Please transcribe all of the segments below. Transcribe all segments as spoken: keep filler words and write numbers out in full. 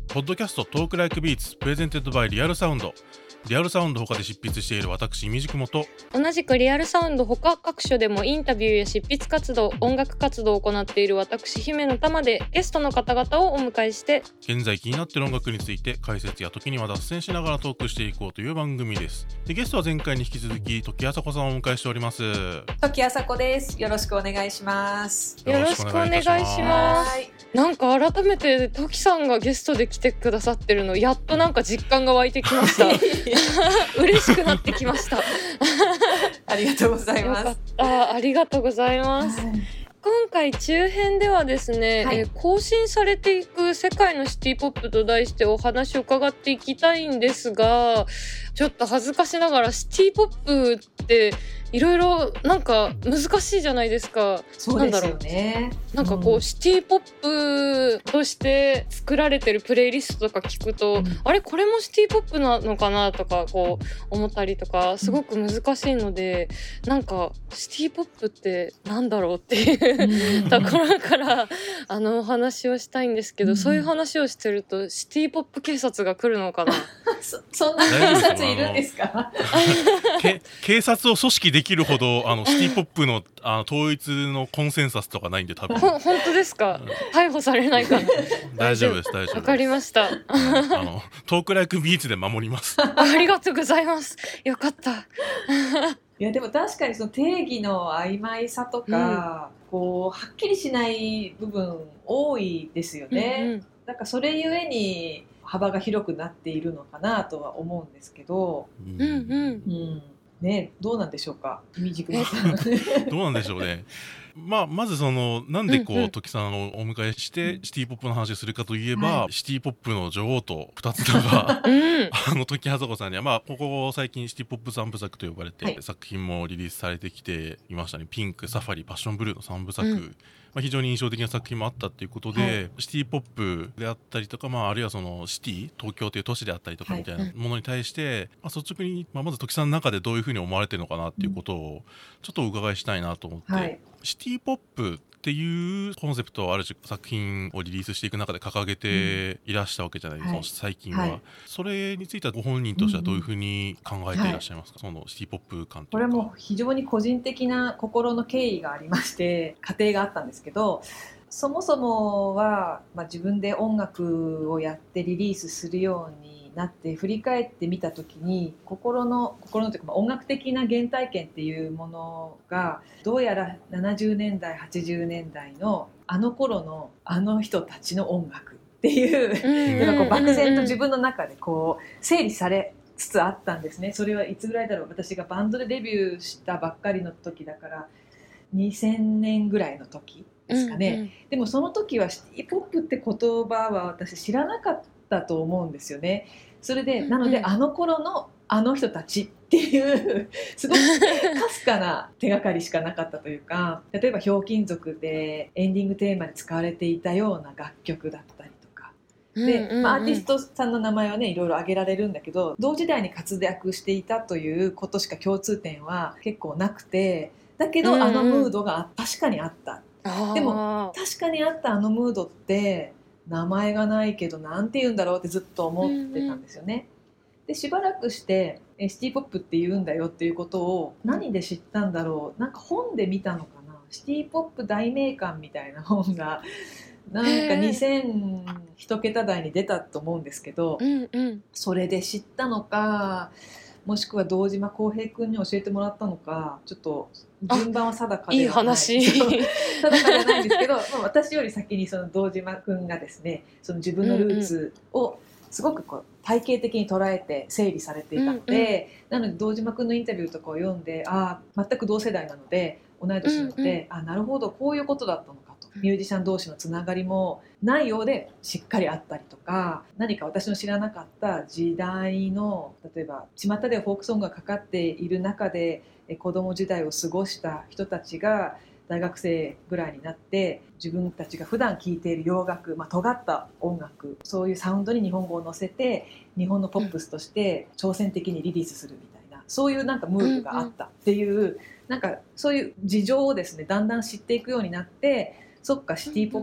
ポッドキャストトークライクビーツプレゼンテッドバイリアルサウンド。リアルサウンド他で執筆している私みじくもと、 同じくリアルサウンド他各所でもインタビューや執筆活動、音楽活動を行っている私姫の玉でゲストの方々をお迎えして、 現在気になっている音楽について解説や時には脱線しながらトークしていこうという番組です。でゲストは前回に引き続き時あさこさんをお迎えしております。 時あさこです。よろしくお願いします。 よろしくお願いします。なんか改めて時さんがゲストで来てくださってるの、やっとなんか実感が湧いてきました嬉しくなってきましたありがとうございます。 よかった、ありがとうございます、はい。今回中編ではですね、はい、えー、更新されていく世界のシティポップと題してお話を伺っていきたいんですが、ちょっと恥ずかしながらシティポップっていろいろなんか難しいじゃないですか。 そうですよね。 なんかこう、うん、シティポップとして作られてるプレイリストとか聞くと、うん、あれこれもシティポップなのかなとかこう思ったりとかすごく難しいので、うん、なんかシティポップってなんだろうっていう、うん、ところからあのお話をしたいんですけど、うん、そういう話をしてるとシティポップ警察が来るのかなそ, そんな警察いるんですか警察を組織できるほどあのシティポップ の, あの統一のコンセンサスとかないんで多分ほ本当ですか、うん、逮捕されないかな大丈夫です大丈夫です。 わかりました、うん、 あのトークライクビーチで守りますありがとうございます。よかったいやでも確かにその定義の曖昧さとか、うん、こうはっきりしない部分多いですよね、うんうん、だからそれゆえに幅が広くなっているのかなとは思うんですけど、 うんうんうんね、どうなんでしょうか、みじくまさんどうなんでしょうね。まあ、まずそのなんでこう、うんうん、時さんをお迎えしてシティポップの話をするかといえば、はい、シティポップの女王と二つ名が、うん、あの時あさこさんには、まあ、ここ最近シティポップ三部作と呼ばれて、はい、作品もリリースされてきていましたね。ピンク、サファリ、パッションブルーの三部作、うん、まあ、非常に印象的な作品もあったっていうことで、はい、シティポップであったりとか、まあ、あるいはそのシティ東京という都市であったりとかみたいなものに対して、はい、まあ、率直に、まあ、まず時さんの中でどういうふうに思われてるのかなっていうことをちょっとお伺いしたいなと思って、はい、シティポップっていうコンセプトをある種作品をリリースしていく中で掲げていらしたわけじゃないですか、うん、最近は、はい、それについてはご本人としてはどういうふうに考えていらっしゃいますか、うんうん、はい、そのシティポップ感というか。 これも非常に個人的な心の経緯がありまして過程があったんですけど、そもそもは、まあ、自分で音楽をやってリリースするようになって振り返ってみたときに心の心のというか、まあ、音楽的な原体験っていうものがどうやらななじゅうねんだいはちじゅうねんだいのあの頃のあの人たちの音楽っていうなんかこう漠然と自分の中でこう整理されつつあったんですね。それはいつぐらいだろう、私がバンドでデビューしたばっかりの時だからにせんねんぐらいの時ですかね、うんうん、でもその時はシティポップって言葉は私知らなかったと思うんですよね。それでなので、うんうん、あの頃のあの人たちっていうすごくかすかな手がかりしかなかったというか、例えばひょうきん族でエンディングテーマに使われていたような楽曲だったりとかで、うんうんうん、まあ、アーティストさんの名前はねいろいろ挙げられるんだけど、同時代に活躍していたということしか共通点は結構なくて、だけど、うんうん、あのムードが確かにあった。でも確かにあったあのムードって名前がないけどなんて言うんだろうってずっと思ってたんですよね、うんうん、でしばらくしてシティポップって言うんだよっていうことを何で知ったんだろう、なんか本で見たのかな、シティポップ大名鑑みたいな本がなんかにせんいちけただいに出たと思うんですけど、 うんうん、 それで知ったのかもしくは堂島康平君に教えてもらったのかちょっと順番は定かではない、 いい話定かじゃないんですけどまあ私より先にその堂島君がですね、その自分のルーツをすごくこう体系的に捉えて整理されていたので、うんうん、なので堂島君のインタビューとかを読んで、ああ全く同世代なので同い年なので、うんうん、あなるほどこういうことだったのかと、ミュージシャン同士のつながりもないようでしっかりあったりとか、何か私の知らなかった時代の例えば巷でフォークソングがかかっている中で子供時代を過ごした人たちが大学生ぐらいになって自分たちが普段聴いている洋楽、まあ、尖った音楽、そういうサウンドに日本語を乗せて日本のポップスとして挑戦的にリリースするみたいな、そういうなんかムードがあったっていう、うんうん、なんかそういう事情をですねだんだん知っていくようになって、そっかシティポップっ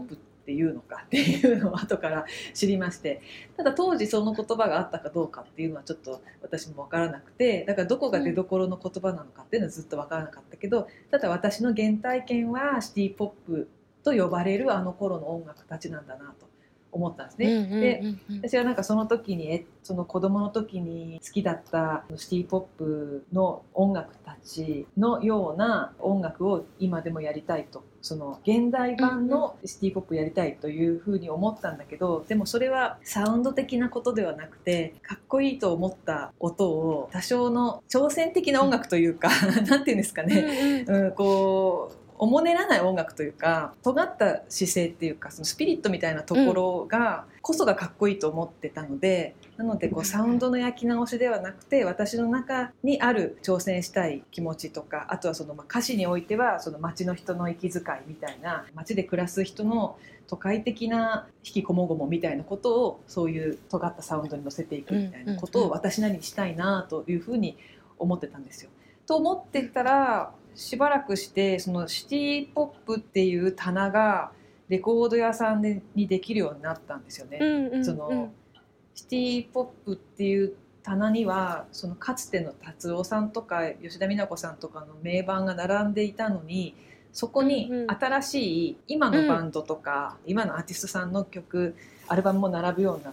っていうのかっていうのを後から知りまして、ただ当時その言葉があったかどうかっていうのはちょっと私も分からなくて、だからどこが出どころの言葉なのかっていうのはずっと分からなかったけど、ただ私の原体験はシティポップと呼ばれるあの頃の音楽たちなんだなと思ったんですね。 うんうんうんうん、 で私はなんかその時にえその子供の時に好きだったシティポップの音楽たちのような音楽を今でもやりたいと、その現代版のシティポップやりたいというふうに思ったんだけど、でもそれはサウンド的なことではなくて、かっこいいと思った音を多少の挑戦的な音楽というかなんていうんですかね、 うんうんうん、こうおもねらない音楽というか、尖った姿勢っていうか、そのスピリットみたいなところがこそがかっこいいと思ってたので、なのでこうサウンドの焼き直しではなくて、私の中にある挑戦したい気持ちとか、あとはそのまあ歌詞においてはその街の人の息遣いみたいな、街で暮らす人の都会的な引きこもごもみたいなことをそういう尖ったサウンドに乗せていくみたいなことを私なりにしたいなというふうに思ってたんですよ。と思ってたらしばらくしてそのシティポップっていう棚がレコード屋さんでにできるようになったんですよね。 うんうんうん、 そのシティポップっていう棚にはそのかつての達夫さんとか吉田美奈子さんとかの名盤が並んでいたのに、そこに新しい今のバンドとか、うん、今のアーティストさんの曲アルバムも並ぶようになって、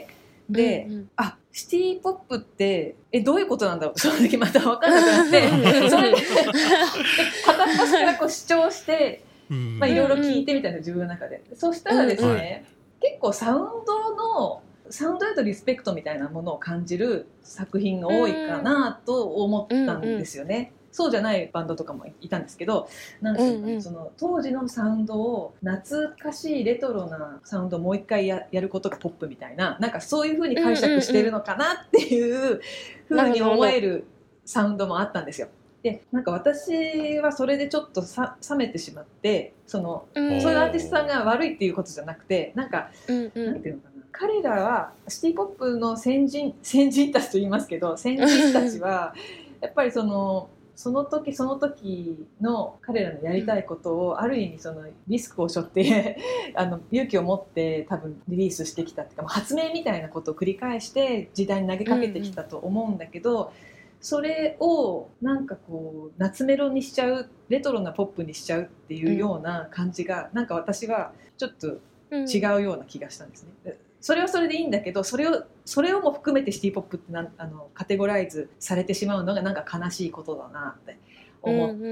で、うんうん、あシティポップってえどういうことなんだろう、その時また分からなくなってそれで片っ端からこう主張して、まあ、いろいろ聞いてみたんです自分の中で。そしたらですね、うんうん、結構サウンドのサウンドへのリスペクトみたいなものを感じる作品が多いかなと思ったんですよね、うんうん、そうじゃないバンドとかもいたんですけど、なんていうの、うんうん、その当時のサウンドを懐かしいレトロなサウンドをもう一回 や, やることがポップみたいな、なんかそういう風に解釈してるのかなっていう風に思えるサウンドもあったんですよ。でなんか私はそれでちょっとさ冷めてしまって、その、うん、そういうアーティストさんが悪いっていうことじゃなくて、なんか、うんうん、なんていうのかな、彼らはシティポップの先人先人たちと言いますけど、先人たちはやっぱりそのその時その時の彼らのやりたいことをある意味そのリスクを背負ってあの勇気を持って多分リリースしてきたっていうか、発明みたいなことを繰り返して時代に投げかけてきたと思うんだけど、うんうん、それをなんかこう夏メロにしちゃう、レトロなポップにしちゃうっていうような感じが、うん、なんか私はちょっと違うような気がしたんですね、うん、それはそれでいいんだけど、それをそれをも含めてシティポップってなあのカテゴライズされてしまうのがなんか悲しいことだなって思って、うんうん、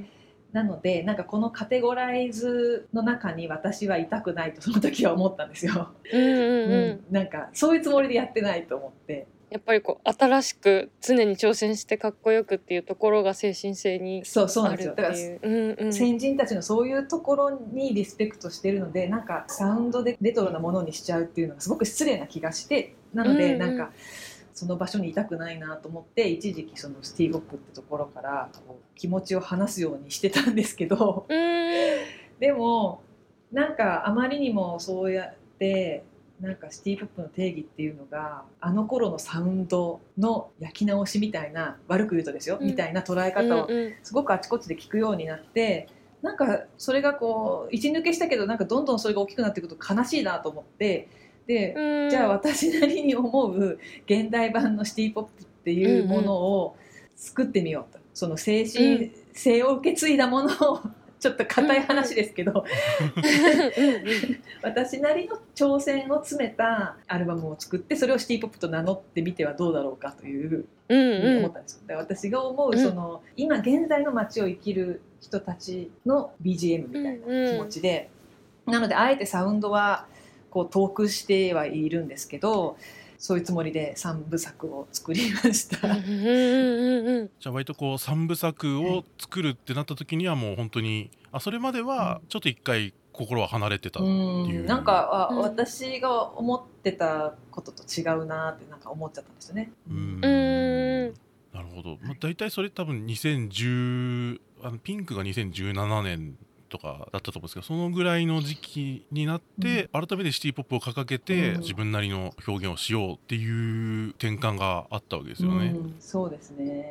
なのでなんかこのカテゴライズの中に私はいたくないとその時は思ったんですよ、うんうんうんうん、なんかそういうつもりでやってないと思って、 やっぱりこう新しく常に挑戦してかっこよくっていうところが精神性にあるっていう。 そうそうなんですよ。だから、うんうん、先人たちのそういうところにリスペクトしてるので、なんかサウンドでレトロなものにしちゃうっていうのがすごく失礼な気がして、なので、うんうん、なんかその場所にいたくないなと思って、一時期そのシティポップってところからこう気持ちを話すようにしてたんですけど、うん、でもなんかあまりにもそうやってなんかシティポップの定義っていうのがあの頃のサウンドの焼き直しみたいな、悪く言うとですよ、うん、みたいな捉え方をすごくあちこちで聞くようになって、なんかそれがこう一抜けしたけど、なんかどんどんそれが大きくなっていくと悲しいなと思って、でじゃあ私なりに思う現代版のシティポップっていうものを作ってみようと、その精神性を受け継いだものをちょっと硬い話ですけど私なりの挑戦を詰めたアルバムを作って、それをシティポップと名乗ってみてはどうだろうかというふうに思ったんですよ。だから私が思うその今現在の街を生きる人たちの ビージーエム みたいな気持ちで、なのであえてサウンドはこう遠くしてはいるんですけど、そういうつもりでさんぶさくを作りましたじゃあ割とこうさんぶさくを作るってなった時にはもう本当にあそれまではちょっと一回心は離れてたっていう、うん、 なんか、うん、私が思ってたことと違うなってなんか思っちゃったんですよね。 うーん、なるほど、まあ、大体それ多分にせんじゅうあのピンクがにせんじゅうななねんとかだったと思うんですけど、そのぐらいの時期になって、うん、改めてシティポップを掲げて、うん、自分なりの表現をしようっていう転換があったわけですよね、 うん、そうですね。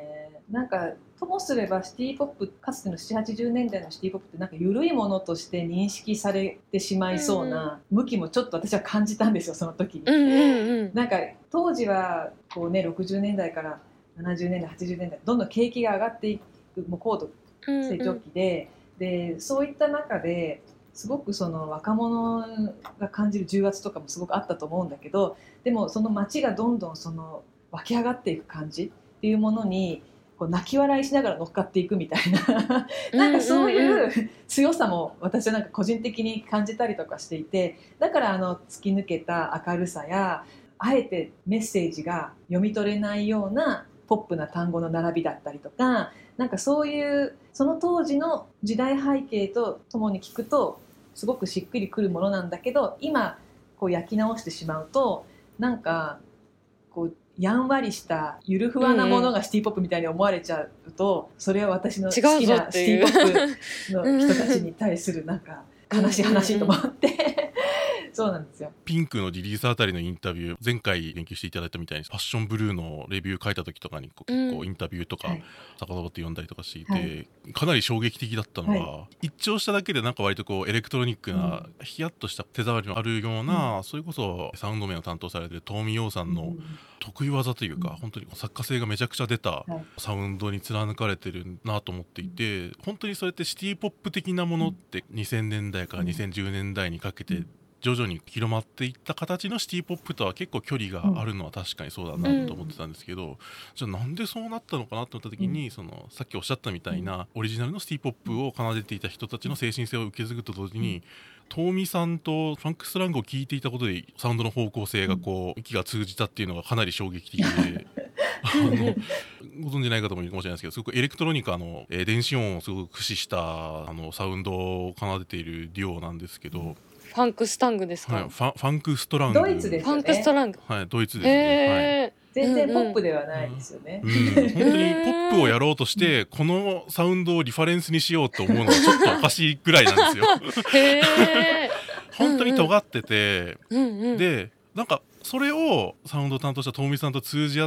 なんかともすればシティポップ、かつてのななじゅうはちじゅうねんだいのシティポップってなんか緩いものとして認識されてしまいそうな向きもちょっと私は感じたんですよ、その時に。 うんうんうん、 なんか当時はこう、ね、ろくじゅうねんだいからななじゅうねんだいはちじゅうねんだいどんどん景気が上がっていく、もう高度成長期で、うんうん、でそういった中ですごくその若者が感じる重圧とかもすごくあったと思うんだけど、でもその街がどんどんその湧き上がっていく感じっていうものにこう泣き笑いしながら乗っかっていくみたいななんかそういう強さも私はなんか個人的に感じたりとかしていて、だからあの突き抜けた明るさやあえてメッセージが読み取れないようなポップな単語の並びだったりとか、なんかそういうその当時の時代背景とともに聞くとすごくしっくりくるものなんだけど、今こう焼き直してしまうとなんかこうやんわりしたゆるふわなものがシティポップみたいに思われちゃうと、それは私の好きなシティポップの人たちに対するなんか悲しい話と思ってそうなんですよ。 ピンクのリリースあたりのインタビュー、前回言及していただいたみたいにファッションブルーのレビュー書いた時とかにこう結構インタビューとか遡って読んだりとかしていて、はい、かなり衝撃的だったのは、はい、一聴しただけでなんか割とこうエレクトロニックなヒヤッとした手触りのあるような、うん、それこそサウンド面を担当されているトーミー・ヨーさんの得意技というか、うん、本当に作家性がめちゃくちゃ出たサウンドに貫かれてるなと思っていて、本当にそれってシティポップ的なものってにせんねんだいからにせんじゅうねんだいにかけて徐々に広まっていった形のシティポップとは結構距離があるのは確かにそうだなと思ってたんですけど、うん、じゃあなんでそうなったのかなと思った時に、うん、そのさっきおっしゃったみたいなオリジナルのシティポップを奏でていた人たちの精神性を受け継ぐと同時に、トーミさんとファンクストラングを聴いていたことでサウンドの方向性がこう息が通じたっていうのがかなり衝撃的であのご存じない方もいるかもしれないですけど、すごくエレクトロニカの、えー、電子音をすごく駆使したあのサウンドを奏でているデュオなんですけど、 ファンクスタングですか？ はい、ファ、ファンクストラング。 ドイツですよね。 ファンクストラング。 はい、ドイツですね。はい、 全然ポップではないですよね。 うんうん、本当にポップをやろうとして、このサウンドをリファレンスにしようと思うのがちょっとおかしいぐらいなんですよ。へー本当に尖ってて、うんうん、で、なんかそれをサウンドを担当したトーミさんと通じ合って、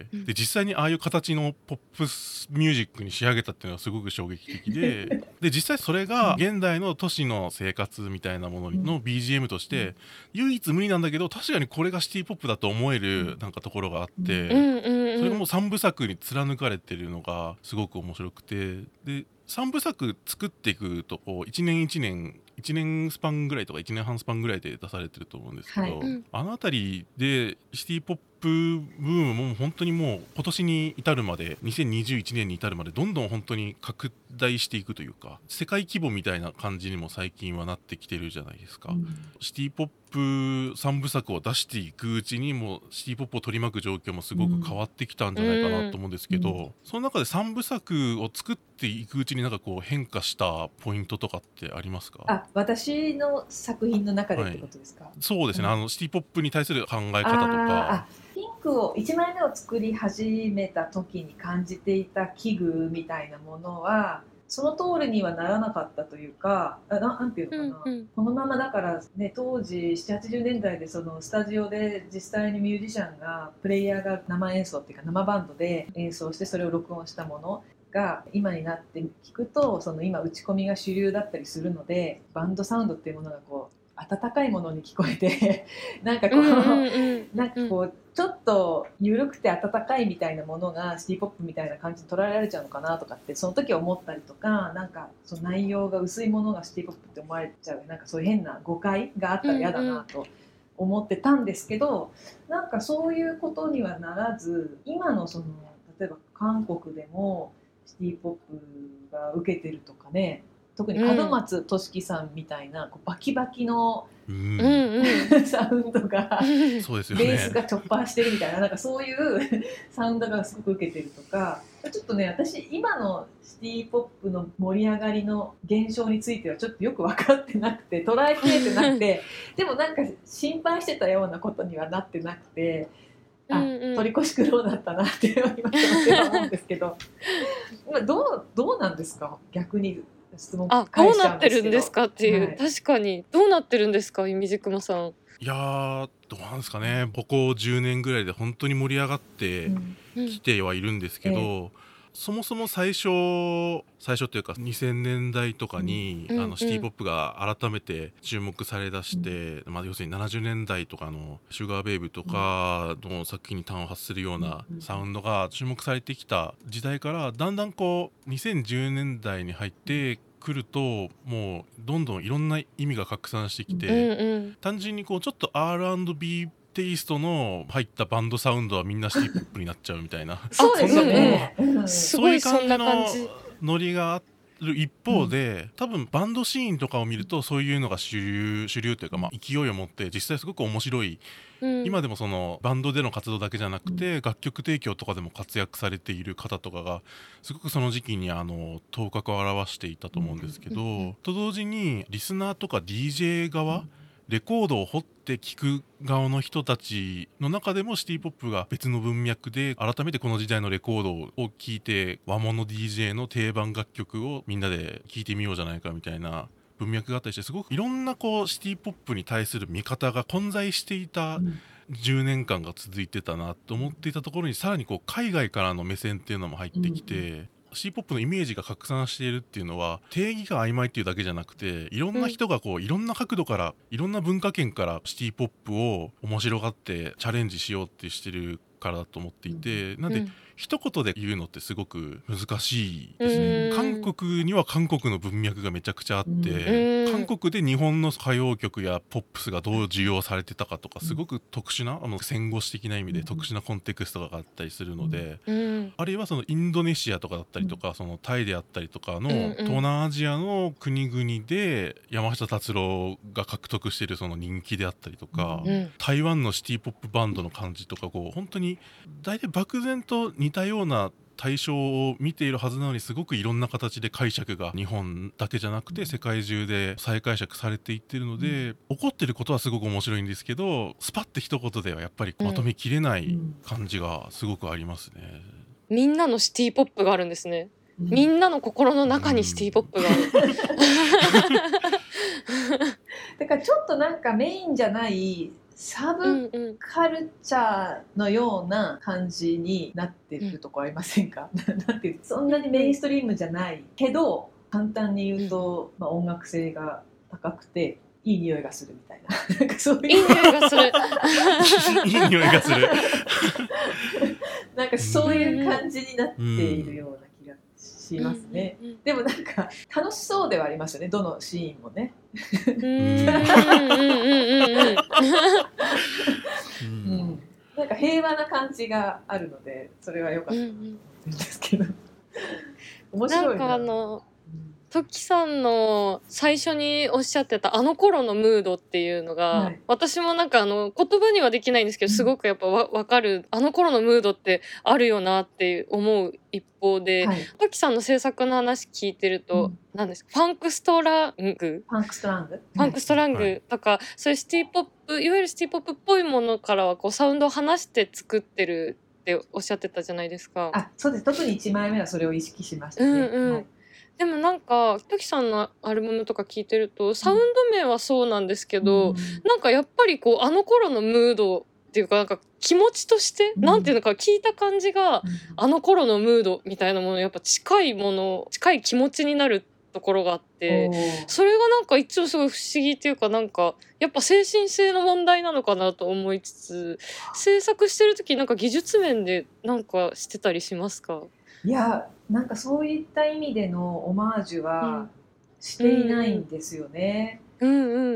うん、で実際にああいう形のポップスミュージックに仕上げたっていうのはすごく衝撃的でで実際それが現代の都市の生活みたいなものの ビージーエム として唯一無二なんだけど、確かにこれがシティポップだと思えるなんかところがあって、それがもうさんぶさくに貫かれてるのがすごく面白くて、でさんぶさく作っていくとこういちねんいちねんいちねんスパンぐらいとかいちねんはんスパンぐらいで出されてると思うんですけど、はいうん、あのあたりでシティポップブームも本当にもう今年に至るまでにせんにじゅういちねんに至るまでどんどん本当に拡大していくというか、世界規模みたいな感じにも最近はなってきてるじゃないですか、うん、シティポップさんぶさくを出していくうちにもうシティポップを取り巻く状況もすごく変わってきたんじゃないかなと思うんですけど、うんうん、その中でさんぶさくを作っていくうちになんかこう変化したポイントとかってありますか？ あ、私の作品の中でってことですか？はい、 そうですね、うん、あのシティポップに対する考え方とか。 ピンクをいちまいめを作り始めた時に感じていた危惧みたいなものはその通りにはならなかったというか、あ な, なんていうのかな、うんうん、このままだから、ね、当時ななじゅうはちじゅうねんだいでそのスタジオで実際にミュージシャンがプレイヤーが生演奏っていうか生バンドで演奏してそれを録音したものが今になって聞くとその今打ち込みが主流だったりするので、バンドサウンドっていうものがこう温かいものに聞こえてなんかこう、うんうんうん、なんかこうちょっと緩くて温かいみたいなものがシティポップみたいな感じに捉えられちゃうのかなとかってその時は思ったりとか、なんかその内容が薄いものがシティポップって思われちゃう、なんかそういう変な誤解があったら嫌だなと思ってたんですけど、うんうん、なんかそういうことにはならず、今のその例えば韓国でもシティポップが受けてるとかね、特に門松俊樹さんみたいなこうバキバキの、うん、サウンドがそうですよね、 ベースがチョッパーしてるみたいな、なんかそういうサウンドがすごく受けてるとか、ちょっとね私今のシティポップの盛り上がりの現象についてはちょっとよく分かってなくて捉えきれてなくてでもなんか心配してたようなことにはなってなくて、あ、うんうん、取り越し苦労だったなって今となっては思うんですけど今どう、どうなんですか逆に。質問あ、どうなってるんですかっていう、はい、確かにどうなってるんですかみじくまさん。 いやーどうなんですかね、ここじゅうねんぐらいで本当に盛り上がってきてはいるんですけど、うんえそもそも最初最初というかにせんねんだいとかに、 うん、 あのシティポップが改めて注目されだして、うん、まあ、要するにななじゅうねんだいとかのシュガーベイブとかの作品に端を発するようなサウンドが注目されてきた時代から、だんだんこうにせんじゅうねんだいに入って来るともうどんどんいろんな意味が拡散してきて、 うんうん、 単純にこうちょっと アールアンドビー テイストの入ったバンドサウンドはみんなシティポップになっちゃうみたいなそうですよね、 すごいそんな感じのノリがある一方で、多分バンドシーンとかを見るとそういうのが主流主流というか、まあ、勢いを持って実際すごく面白い、うん、今でもそのバンドでの活動だけじゃなくて楽曲提供とかでも活躍されている方とかがすごくその時期にあの頭角を現していたと思うんですけど、と同時にリスナーとか ディージェー 側、レコードを掘って聴く側の人たちの中でもシティポップが別の文脈で改めてこの時代のレコードを聴いて和物 ディージェー の定番楽曲をみんなで聴いてみようじゃないかみたいな文脈があったりして、すごくいろんなこうシティポップに対する見方が混在していたじゅうねんかんが続いてたなと思っていたところに、さらにこう海外からの目線っていうのも入ってきて、シティポップのイメージが拡散しているっていうのは定義が曖昧っていうだけじゃなくて、いろんな人がこういろんな角度からいろんな文化圏からシティポップを面白がってチャレンジしようってしてるからだと思っていて、なんで、うん、一言で言うのってすごく難しいですね。韓国には韓国の文脈がめちゃくちゃあって、韓国で日本の歌謡曲やポップスがどう需要されてたかとか、すごく特殊なあの戦後史的な意味で特殊なコンテクストがあったりするので、うん、あるいはそのインドネシアとかだったりとか、そのタイであったりとかの東南アジアの国々で山下達郎が獲得しているその人気であったりとか、うん、台湾のシティポップバンドの感じとか、こう本当に大体漠然と似たような対象を見ているはずなのに、すごくいろんな形で解釈が日本だけじゃなくて世界中で再解釈されていってるので、うん、起こってることはすごく面白いんですけど、スパッて一言ではやっぱりまとめきれない感じがすごくありますね、 うん、みんなのシティポップがあるんですね、うん、みんなの心の中にシティポップがある、うん、 だからちょっとなんかメインじゃないサブカルチャーのような感じになってるとこありませんか？なんていう、そんなにメインストリームじゃないけど、簡単に言うと、まあ、音楽性が高くていい匂いがするみたいな、なんかそういういい匂いがするいい匂いがするなんかそういう感じになっているような気がしますね、うんうんうん、でもなんか楽しそうではありますよね、どのシーンもね。なんか平和な感じがあるので、それは良かったんですけど、うんうん、面白いな。 なんかあのトキさんの最初におっしゃってたあの頃のムードっていうのが、はい、私もなんかあの言葉にはできないんですけど、すごくやっぱわ分かる、あの頃のムードってあるよなって思う一方で、はい、トキさんの制作の話聞いてると、うん、何ですか、ファンクストラングファンクストラングファンクストラングとか、はい、そういうシティポップ、いわゆるシティポップっぽいものからはこうサウンドを離して作ってるっておっしゃってたじゃないですか。 あ、そうです。特にいちまいめはそれを意識しましたね、うんうん、はい。 でもなんかトキさんのアルバムとか聞いてるとサウンド面はそうなんですけど、うん、なんかやっぱりこうあの頃のムードっていうか、なんか気持ちとして、うん、なんていうのか聞いた感じが、うん、あの頃のムードみたいなものやっぱ近いもの、近い気持ちになるところがあって、それがなんか一応すごい不思議っていうか、なんかやっぱ精神性の問題なのかなと思いつつ、制作してる時なんか技術面でなんかしてたりしますか？ いや、なんかそういった意味でのオマージュはしていないんですよね、うんうんうん、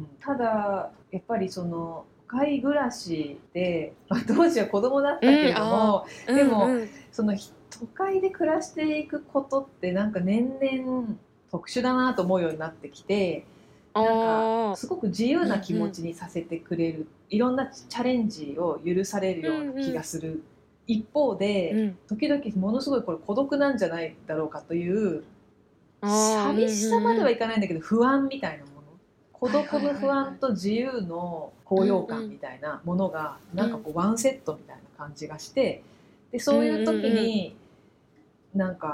ただやっぱりその都会暮らしで、まあ、当時は子供だったけれども、うん、でも、うんうん、その都会で暮らしていくことってなんか年々特殊だなと思うようになってきて、なんかすごく自由な気持ちにさせてくれる、うんうん、いろんなチャレンジを許されるような気がする、うんうん、一方で、うん、時々ものすごいこれ孤独なんじゃないだろうかという寂しさまではいかないんだけど、不安みたいなもの、孤独の不安と自由の高揚感みたいなものがなんかこうワンセットみたいな感じがして、でそういう時になんか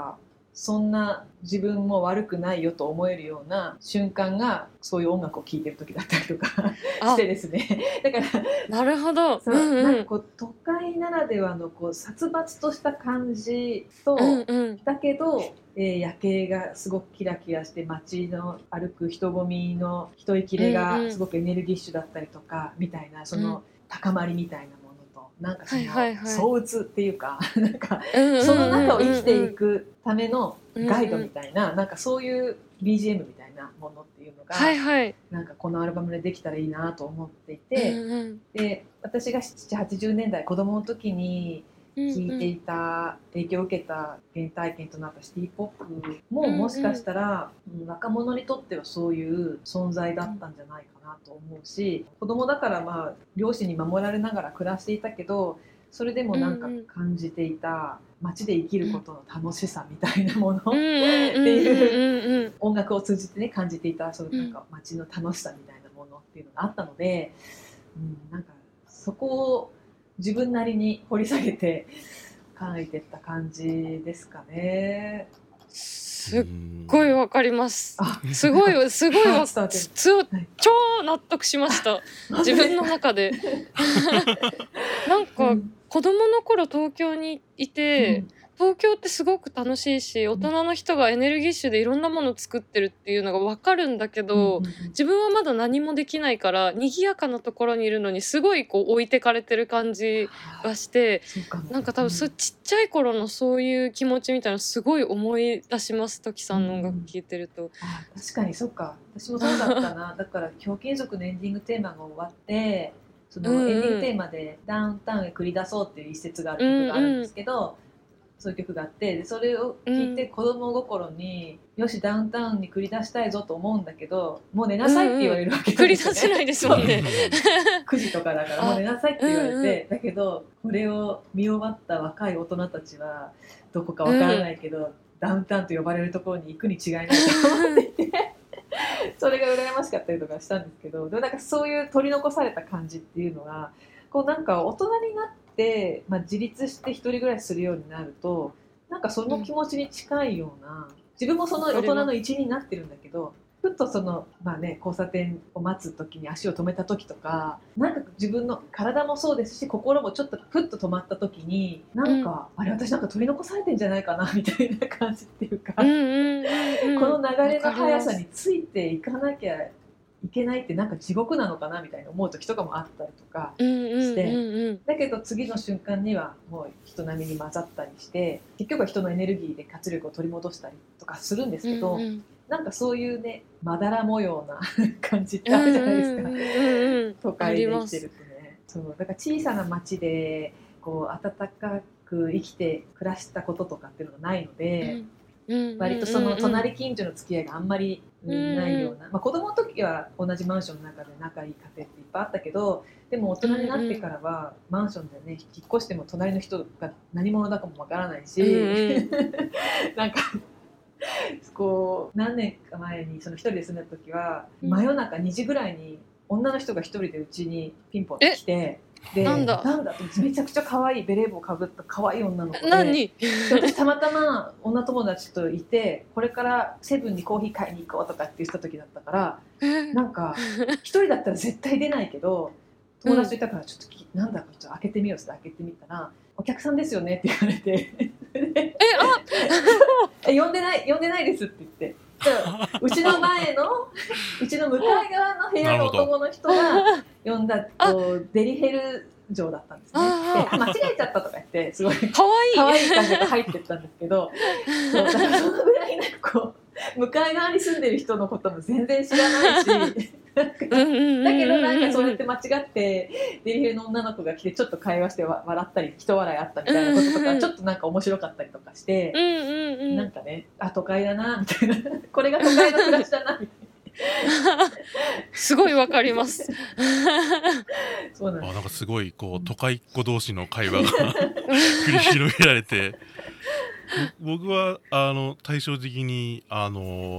そんな自分も悪くないよと思えるような瞬間がそういう音楽を聴いてる時だったりとかしてですね。だからなるほど、 そう、 うんうん、 なんかこう都会ならではのこう殺伐とした感じと、 うんうん、 だけど、えー夜景がすごくキラキラして街の歩く人混みの一息れがすごくエネルギッシュだったりとかみたいな、その高まりみたいなものとなんかその相打つっていうか、なんかその中を生きていくためのガイドみたいな、なんかそういう ビージーエム みたいなものっていうのが、 はいはい、 なんかこのアルバムでできたらいいなと思っていて、 うんうん、 で私がななじゅうはちじゅうねんだい子供の時に聴いていた、影響を受けた原体験となったシティポップももしかしたら、うんうん、若者にとってはそういう存在だったんじゃないかなと思うし、子供だからまあ両親に守られながら暮らしていたけど、それでもなんか感じていた街で生きることの楽しさみたいなものっていう音楽を通じてね感じていた、そうなんか街の楽しさみたいなものっていうのがあったので、うん、なんかそこを自分なりに掘り下げて書いてった感じですかね。 すっごいわかります。すごいすごいわ超納得しました自分の中でなんか子供の頃東京にいて、うん東京ってすごく楽しいし、大人の人がエネルギッシュでいろんなものを作ってるっていうのが分かるんだけど、うんうんうん、自分はまだ何もできないから賑やかなところにいるのにすごいこう置いてかれてる感じがして、なんか多分そうちっちゃい頃のそういう気持ちみたいなのすごい思い出します。トキさんの音楽聴いてると、うん、 あ確かにそうか、私もそうだったなだからひょうきん族のエンディングテーマが終わってそのエンディングテーマでダウンタウンへ繰り出そうっていう一節がある曲があるんですけど、うんうんそういう曲があって、でそれを聞いて子供心に、うん、よしダウンタウンに繰り出したいぞと思うんだけどもう寝なさいって言われるわけですよね、 うんうん、繰り出せないですもんねくじとかだからもう寝なさいって言われて、うんうん、だけどこれを見終わった若い大人たちはどこかわからないけど、うん、ダウンタウンと呼ばれるところに行くに違いないと思っていてそれが羨ましかったりとかしたんですけど、でもなんかそういう取り残された感じっていうのがこうなんか大人になってでまあ、自立して一人暮らしするようになるとなんかその気持ちに近いような、うん、自分もその大人の一員になってるんだけどふっとその、まあね、交差点を待つ時に足を止めた時とかなんか自分の体もそうですし心もちょっとふっと止まった時になんか、うん、あれ私なんか取り残されてんじゃないかなみたいな感じっていうか、うんうんうんうん、この流れの速さについていかなきゃいけないってなんか地獄なのかなみたいな思う時とかもあったりとかして、うんうんうんうん、だけど次の瞬間にはもう人並みに混ざったりして結局は人のエネルギーで活力を取り戻したりとかするんですけど、うんうん、なんかそういうねまだら模様な感じってあるじゃないですか、うんうんうん、都会で生きてるとね。そうだから小さな町でこう温かく生きて暮らしたこととかっていうのがないので、うん割とその隣近所の付き合いがあんまりないような、まあ、子供の時は同じマンションの中で仲いい家庭っていっぱいあったけどでも大人になってからはマンションでね引っ越しても隣の人が何者だかもわからないし、うん、なんかこう何年か前にその一人で住んだ時は真夜中にじぐらいに女の人が一人でうちにピンポンって来てでなんだなんだってめちゃくちゃ可愛いベレー帽かぶった可愛い女の子で何私たまたま女友達といてこれからセブンにコーヒー買いに行こうとかって言った時だったからなんか一人だったら絶対出ないけど友達といたからちょっと、うん、なんだかちょっと開けてみようって開けてみたらお客さんですよねって言われてえあ呼んでない呼んでないですって言ってうちの前のうちの向かい側の部屋の男の人が呼んだこうデリヘル嬢だったんですね。で間違えちゃったとか言ってすごいかわいいかわいい感じが入ってったんですけどそうだからそのぐらいなんかこう向かい側に住んでる人のことも全然知らないしだけどなんかそうやって間違ってデリヘルの女の子が来てちょっと会話して笑ったり人笑いあったみたいなこととかちょっとなんか面白かったりとかしてなんかねあ都会だなみたいなこれが都会の暮らしだなみたいなすごいわかりますそうなんです。あなんかすごいこう都会っ子同士の会話が繰り広げられて僕はあの対照的にあの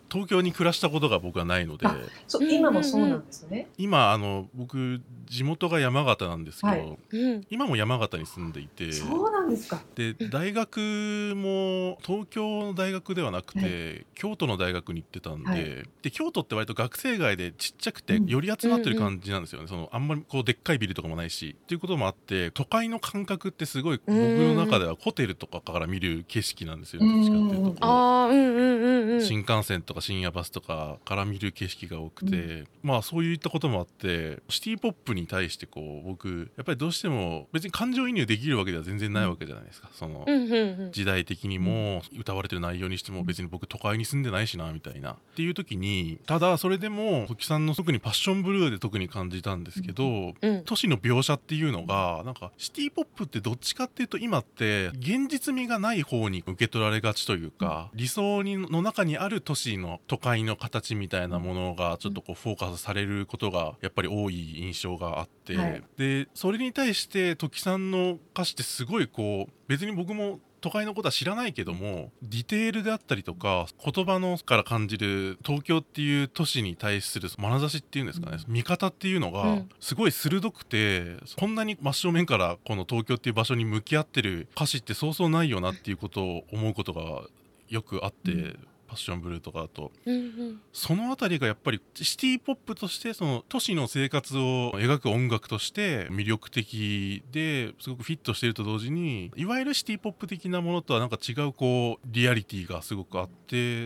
東京に暮らしたことが僕はないので、 そう今もそうなんですね。 今あの僕地元が山形なんですけど、はい、今も山形に住んでいて、 そうなんですか。 で大学も東京の大学ではなくて、はい、京都の大学に行ってたんで、はい、で京都って割と学生街でちっちゃくてより集まってる感じなんですよね、うんうんうん、そのあんまりこうでっかいビルとかもないしっていうこともあって、都会の感覚ってすごい僕の中ではホテルとかから見る景色なんですよ、どっちかっていうと、あ、うんうんうんうん、新幹線とか深夜バスとかから見る景色が多くて、うん、まあそういったこともあってシティポップに対してこう僕やっぱりどうしても別に感情移入できるわけでは全然ないわけじゃないですか、その時代的にも歌われてる内容にしても別に僕都会に住んでないしなみたいなっていう時に、ただそれでも時さんの特にパッションブルーで特に感じたんですけど、うん、都市の描写っていうのがなんかシティポップってどっちかっていうと今って現実味がない方に受け取られがちというか、理想にの中にある都市の都会の形みたいなものがちょっとこうフォーカスされることがやっぱり多い印象があって、はい、でそれに対して時さんの歌詞ってすごいこう別に僕も都会のことは知らないけどもディテールであったりとか言葉のから感じる東京っていう都市に対する眼差しっていうんですかね、うん、見方っていうのがすごい鋭くて、うん、こんなに真正面からこの東京っていう場所に向き合ってる歌詞ってそうそうないよなっていうことを思うことがよくあって、うん、パッションブルーとかだと、うんうん、そのあたりがやっぱりシティポップとしてその都市の生活を描く音楽として魅力的ですごくフィットしていると同時に、いわゆるシティポップ的なものとはなんか違うこうリアリティがすごくあって、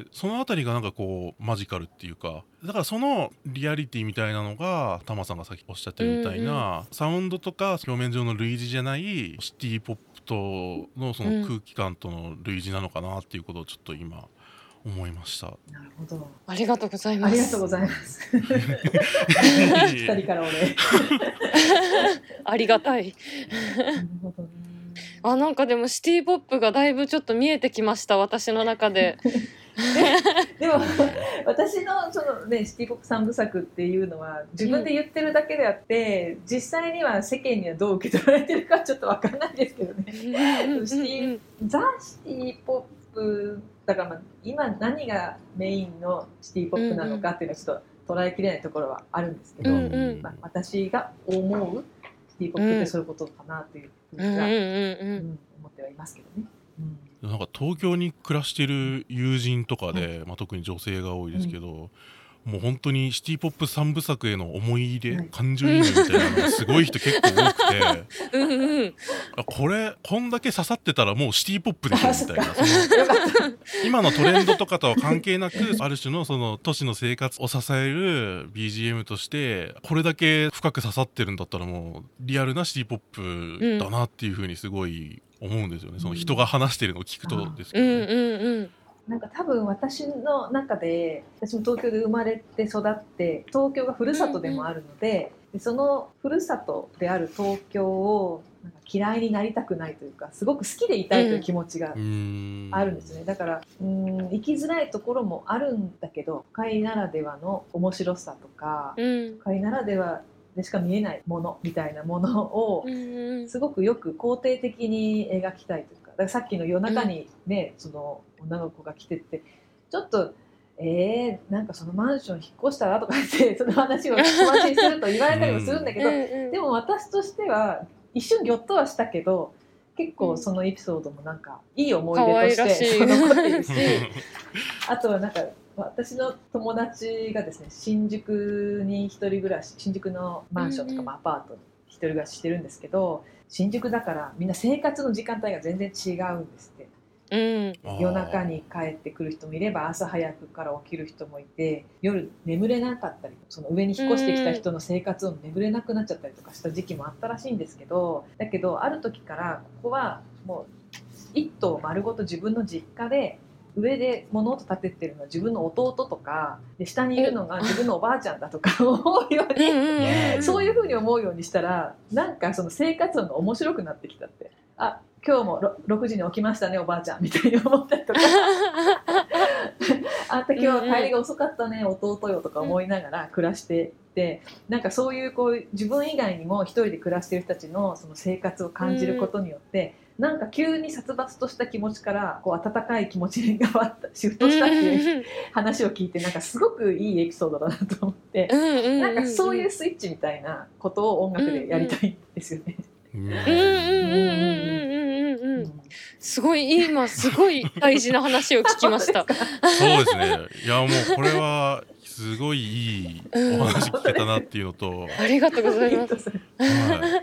そのあたりがなんかこうマジカルっていうか、だからそのリアリティみたいなのがタマさんがさっきおっしゃってるみたいな、うんうん、サウンドとか表面上の類似じゃないシティポップとのその空気感との類似なのかなっていうことをちょっと今思いました。 なるほど。 ありがとうございます。 ありがとうございます。二人からお礼。 ありがたい。なるほどね。あ、なんかでもシティポップがだいぶちょっと見えてきました、私の中で。 でも私のそのねシティポップ三部作っていうのは自分で言ってるだけであって、うん、実際には世間にはどう受け取られてるかちょっとわからないですけどね。ザ・シティポップだから、まあ、今何がメインのシティポップなのかっていうのはちょっと捉えきれないところはあるんですけど、うんうんまあ、私が思うシティポップってそういうことかなというふうには、うんうんうん思ってはいますけどね。 うん、なんか東京に暮らしている友人とかで、まあ、特に女性が多いですけど、うん、もう本当にシティポップ三部作への思い入れ、はい、感情移入みたいなのがすごい人結構多くてうん、うん、あこれこんだけ刺さってたらもうシティポップでしょみたいな、その今のトレンドとかとは関係なくある種のその都市の生活を支える ビージーエム としてこれだけ深く刺さってるんだったらもうリアルなシティポップだなっていう風にすごい思うんですよね、その人が話してるのを聞くとですけどね、うんうんうんなんか多分私の中で私も東京で生まれて育って東京がふるさとでもあるので、うんうん、でそのふるさとである東京をなんか嫌いになりたくないというかすごく好きでいたいという気持ちがあるんですね、うん、だからうん生きづらいところもあるんだけど都会ならではの面白さとか、うん、都会ならではでしか見えないものみたいなものをすごくよく肯定的に描きたいというか、だからさっきの夜中にね、うん、その女の子が来てってちょっとえー、なんかそのマンション引っ越したらとか言ってその話を友達にすると言われたりもするんだけど、うん、でも私としては一瞬ギョッとはしたけど結構そのエピソードもなんかいい思い出として残っているしあとはなんか私の友達がですね新宿に一人暮らし新宿のマンションとかもアパートに一人暮らししてるんですけど、新宿だからみんな生活の時間帯が全然違うんですって、うん、夜中に帰ってくる人もいれば朝早くから起きる人もいて夜眠れなかったりその上に引っ越してきた人の生活を眠れなくなっちゃったりとかした時期もあったらしいんですけど、だけどある時からここはもう一棟丸ごと自分の実家で上で物音立ててるのは自分の弟とかで下にいるのが自分のおばあちゃんだとか思うようにそういう風に思うようにしたらなんかその生活音が面白くなってきたって、あ今日もろくじに起きましたねおばあちゃんみたいに思ったりとかあんた今日は帰りが遅かったね弟よとか思いながら暮らしてて、なんかそういうこう自分以外にも一人で暮らしている人たちのその生活を感じることによってなんか急に殺伐とした気持ちからこう温かい気持ちに変わったシフトしたっていう話を聞いて、なんかすごくいいエピソードだなと思って、なんかそういうスイッチみたいなことを音楽でやりたいんですよね。 すごい今すごい大事な話を聞きました。 そうですね。いやもうこれはすごいいいお話聞けたなっていうのと、 ありがとうございます。 はい、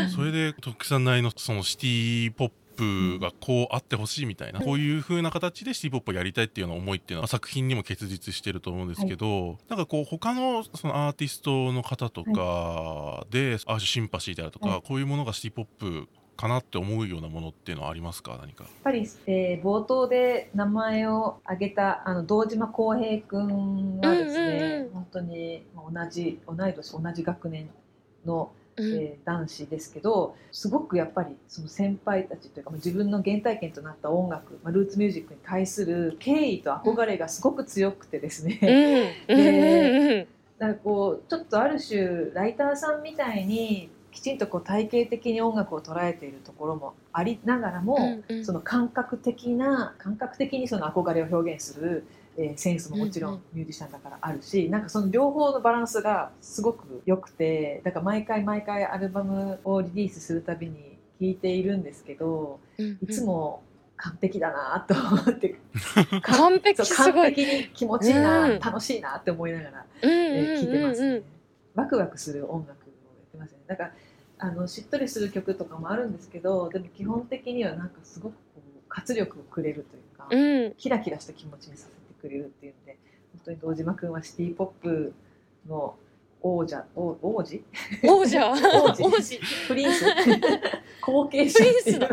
それで徳さんなりのそのシティポップがこうあってほしいみたいな、こういう風な形でシティポップをやりたいっていうような思いっていうのは作品にも結実してると思うんですけど、はい、なんかこう他のそのアーティストの方とかで、はい、ある種シンパシーであるとか、はい、こういうものがシティポップかなって思うようなものっていうのはありますか？何かやっぱり、えー、冒頭で名前を挙げたあの堂島康平君はですね、うんうんうん、本当に同じ同い年同じ学年の、えー、男子ですけど、すごくやっぱりその先輩たちというか自分の原体験となった音楽、まあ、ルーツミュージックに対する敬意と憧れがすごく強くてですね、うん、でなんかこうちょっとある種ライターさんみたいにきちんとこう体系的に音楽を捉えているところもありながらも、うんうん、その感覚的な感覚的にその憧れを表現する、えー、センスももちろんミュージシャンだからあるし、うんうん、なんかその両方のバランスがすごく良くて、だから毎回毎回アルバムをリリースするたびに聴いているんですけど、うんうん、いつも完璧だなと思って完璧すごい完璧に気持ちいいな、うん、楽しいなって思いながら、うんうんうんうん、えー、聴いてますね。ワクワクする音楽だからあのしっとりする曲とかもあるんですけど、でも基本的にはなんかすごくこう活力をくれるというか、うん、キラキラした気持ちにさせてくれるっていうので、本当に堂島くんはシティポップの王者王王子王者王子プリンス後継者っていう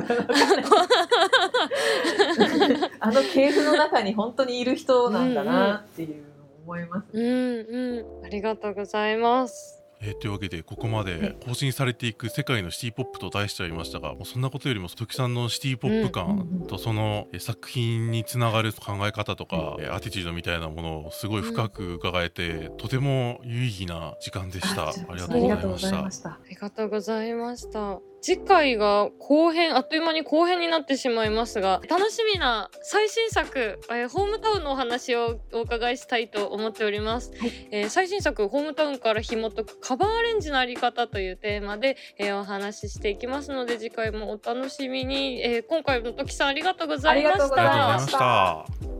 あの系譜の中に本当にいる人なんだなっていうのを思いますね。 うんうん、ありがとうございます。 えー、というわけでここまで更新されていく世界のシティポップと題してありましたが、もうそんなことよりも時さんのシティポップ感とその作品につながる考え方とか、うん、アティチュードみたいなものをすごい深く伺えて、うん、とても有意義な時間でした。ありがとうございました。 ありがとうございました。次回が後編、あっという間に後編になってしまいますが、楽しみな最新作、えー、ホームタウンのお話をお伺いしたいと思っております。はい、えー、最新作ホームタウンから紐解くカバーアレンジのあり方というテーマで、えー、お話ししていきますので、次回もお楽しみに。えー、今回の時さんありがとうございました。 ありがとうございました。